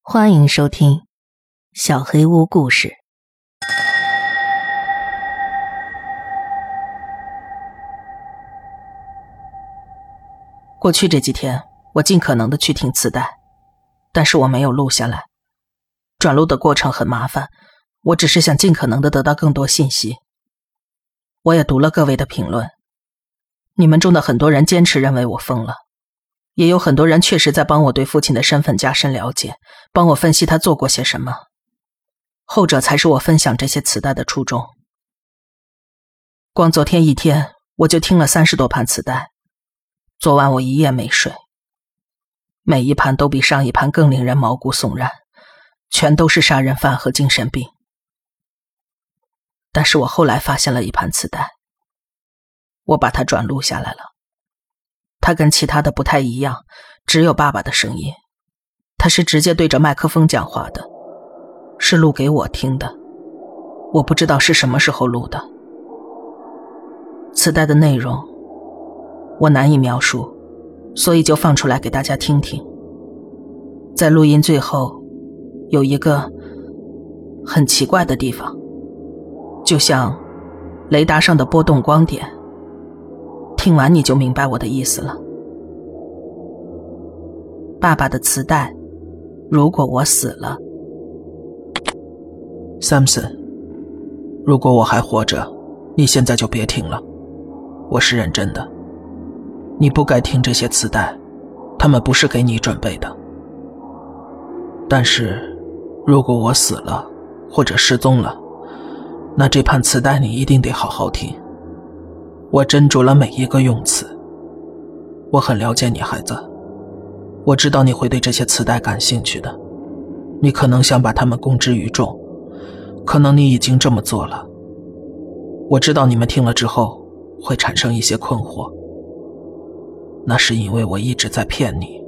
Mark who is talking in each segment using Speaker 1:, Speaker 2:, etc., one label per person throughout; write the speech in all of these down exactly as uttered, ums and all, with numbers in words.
Speaker 1: 欢迎收听小黑屋故事。过去这几天我尽可能的去听磁带，但是我没有录下来。转录的过程很麻烦，我只是想尽可能的得到更多信息。我也读了各位的评论，你们中的很多人坚持认为我疯了，也有很多人确实在帮我对父亲的身份加深了解，帮我分析他做过些什么。后者才是我分享这些磁带的初衷。光昨天一天我就听了三十多盘磁带，昨晚我一夜没睡，每一盘都比上一盘更令人毛骨悚然，全都是杀人犯和精神病。但是我后来发现了一盘磁带，我把它转录下来了。它跟其他的不太一样，只有爸爸的声音，他是直接对着麦克风讲话的，是录给我听的，我不知道是什么时候录的。磁带的内容我难以描述，所以就放出来给大家听听。在录音最后有一个很奇怪的地方，就像雷达上的波动光点，听完你就明白我的意思了。爸爸的磁带，如果我死了。
Speaker 2: Samson， 如果我还活着，你现在就别听了，我是认真的。你不该听这些磁带，他们不是给你准备的。但是如果我死了或者失踪了，那这盘磁带你一定得好好听。我斟酌了每一个用词。我很了解你，孩子，我知道你会对这些磁带感兴趣的，你可能想把它们公之于众，可能你已经这么做了。我知道你们听了之后会产生一些困惑，那是因为我一直在骗你。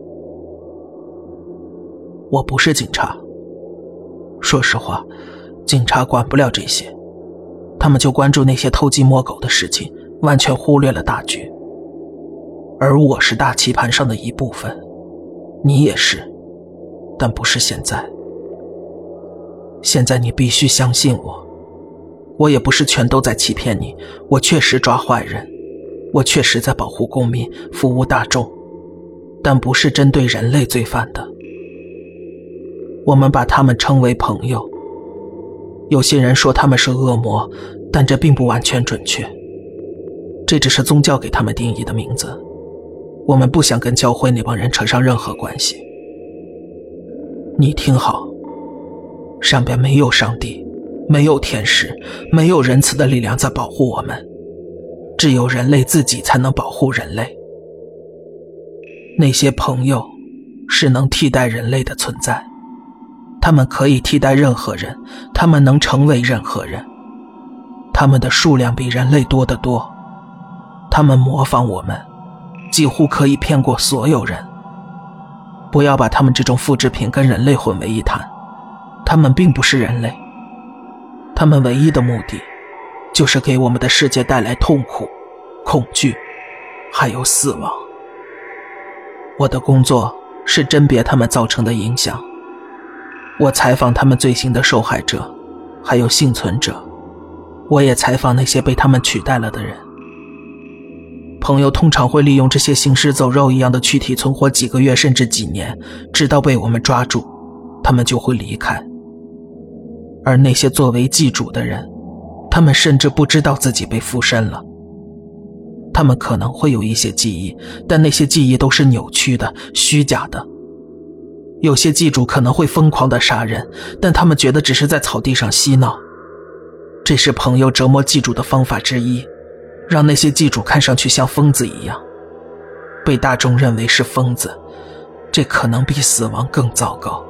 Speaker 2: 我不是警察，说实话，警察管不了这些，他们就关注那些偷鸡摸狗的事情，完全忽略了大局。而我是大棋盘上的一部分，你也是，但不是现在。现在你必须相信我，我也不是全都在欺骗你，我确实抓坏人，我确实在保护公民，服务大众，但不是针对人类罪犯的。我们把他们称为朋友，有些人说他们是恶魔，但这并不完全准确，这只是宗教给他们定义的名字，我们不想跟教会那帮人扯上任何关系。你听好，上边没有上帝，没有天使，没有仁慈的力量在保护我们，只有人类自己才能保护人类。那些朋友是能替代人类的存在，他们可以替代任何人，他们能成为任何人，他们的数量比人类多得多，他们模仿我们，几乎可以骗过所有人。不要把他们这种复制品跟人类混为一谈，他们并不是人类，他们唯一的目的就是给我们的世界带来痛苦、恐惧，还有死亡。我的工作是甄别他们造成的影响，我采访他们罪行的受害者，还有幸存者，我也采访那些被他们取代了的人。朋友通常会利用这些行尸走肉一样的躯体存活几个月甚至几年，直到被我们抓住，他们就会离开。而那些作为祭主的人，他们甚至不知道自己被附身了。他们可能会有一些记忆，但那些记忆都是扭曲的、虚假的。有些祭主可能会疯狂地杀人，但他们觉得只是在草地上嬉闹。这是朋友折磨祭主的方法之一，让那些祭主看上去像疯子一样，被大众认为是疯子，这可能比死亡更糟糕。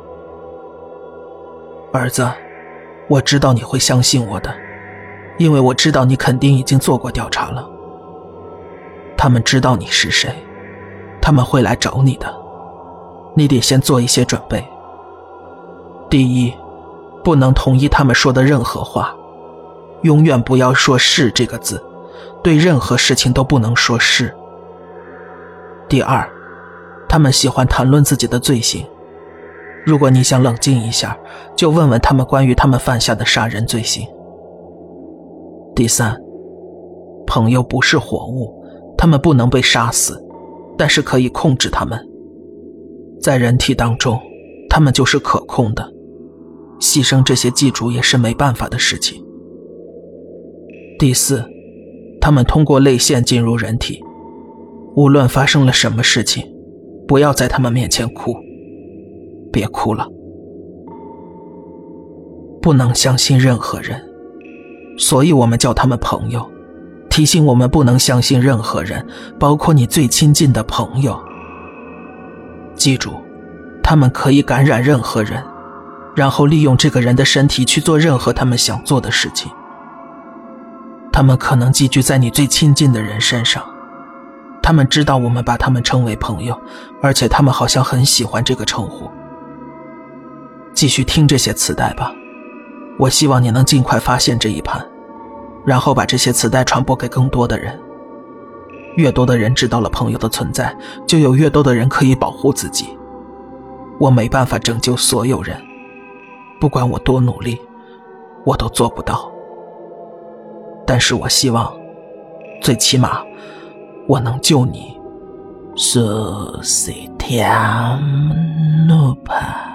Speaker 2: 儿子，我知道你会相信我的，因为我知道你肯定已经做过调查了。他们知道你是谁，他们会来找你的，你得先做一些准备。第一，不能同意他们说的任何话，永远不要说是这个字，对任何事情都不能说是。第二，他们喜欢谈论自己的罪行， 如果你想冷静一下，就问问他们关于他们犯下的杀人罪行。第三，朋友不是活物，他们不能被杀死，但是可以控制他们。在人体当中，他们就是可控的，牺牲这些寄主也是没办法的事情。第四，他们通过泪腺进入人体，无论发生了什么事情，不要在他们面前哭，别哭了。不能相信任何人，所以我们叫他们朋友，提醒我们不能相信任何人，包括你最亲近的朋友。记住，他们可以感染任何人，然后利用这个人的身体去做任何他们想做的事情。他们可能寄居在你最亲近的人身上，他们知道我们把他们称为朋友，而且他们好像很喜欢这个称呼。继续听这些磁带吧，我希望你能尽快发现这一盘，然后把这些磁带传播给更多的人。越多的人知道了朋友的存在，就有越多的人可以保护自己。我没办法拯救所有人，不管我多努力，我都做不到。但是我希望，最起码，我能救你。Suscitiam nupa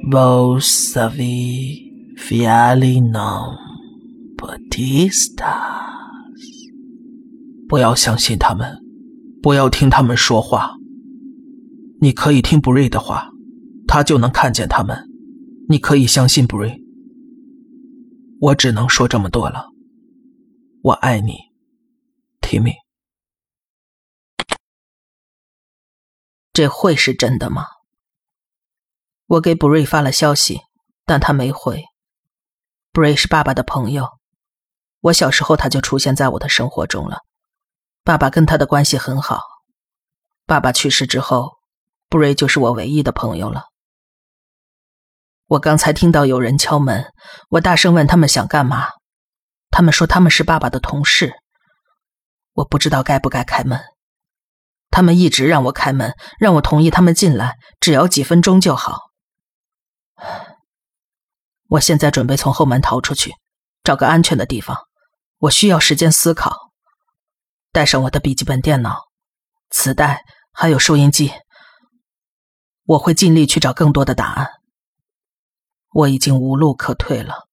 Speaker 2: vosavi fialinum potestas。不要相信他们，不要听他们说话。你可以听 Bree 的话，他就能看见他们。你可以相信 Bree。我只能说这么多了。我爱你 Timmy。
Speaker 1: 这会是真的吗？我给 Bree 发了消息，但他没回。Bree 是爸爸的朋友，我小时候他就出现在我的生活中了，爸爸跟他的关系很好。爸爸去世之后， Bree 就是我唯一的朋友了。我刚才听到有人敲门，我大声问他们想干嘛，他们说他们是爸爸的同事。我不知道该不该开门，他们一直让我开门，让我同意他们进来，只要几分钟就好。我现在准备从后门逃出去，找个安全的地方，我需要时间思考，带上我的笔记本电脑、磁带还有收音机，我会尽力去找更多的答案。我已经无路可退了。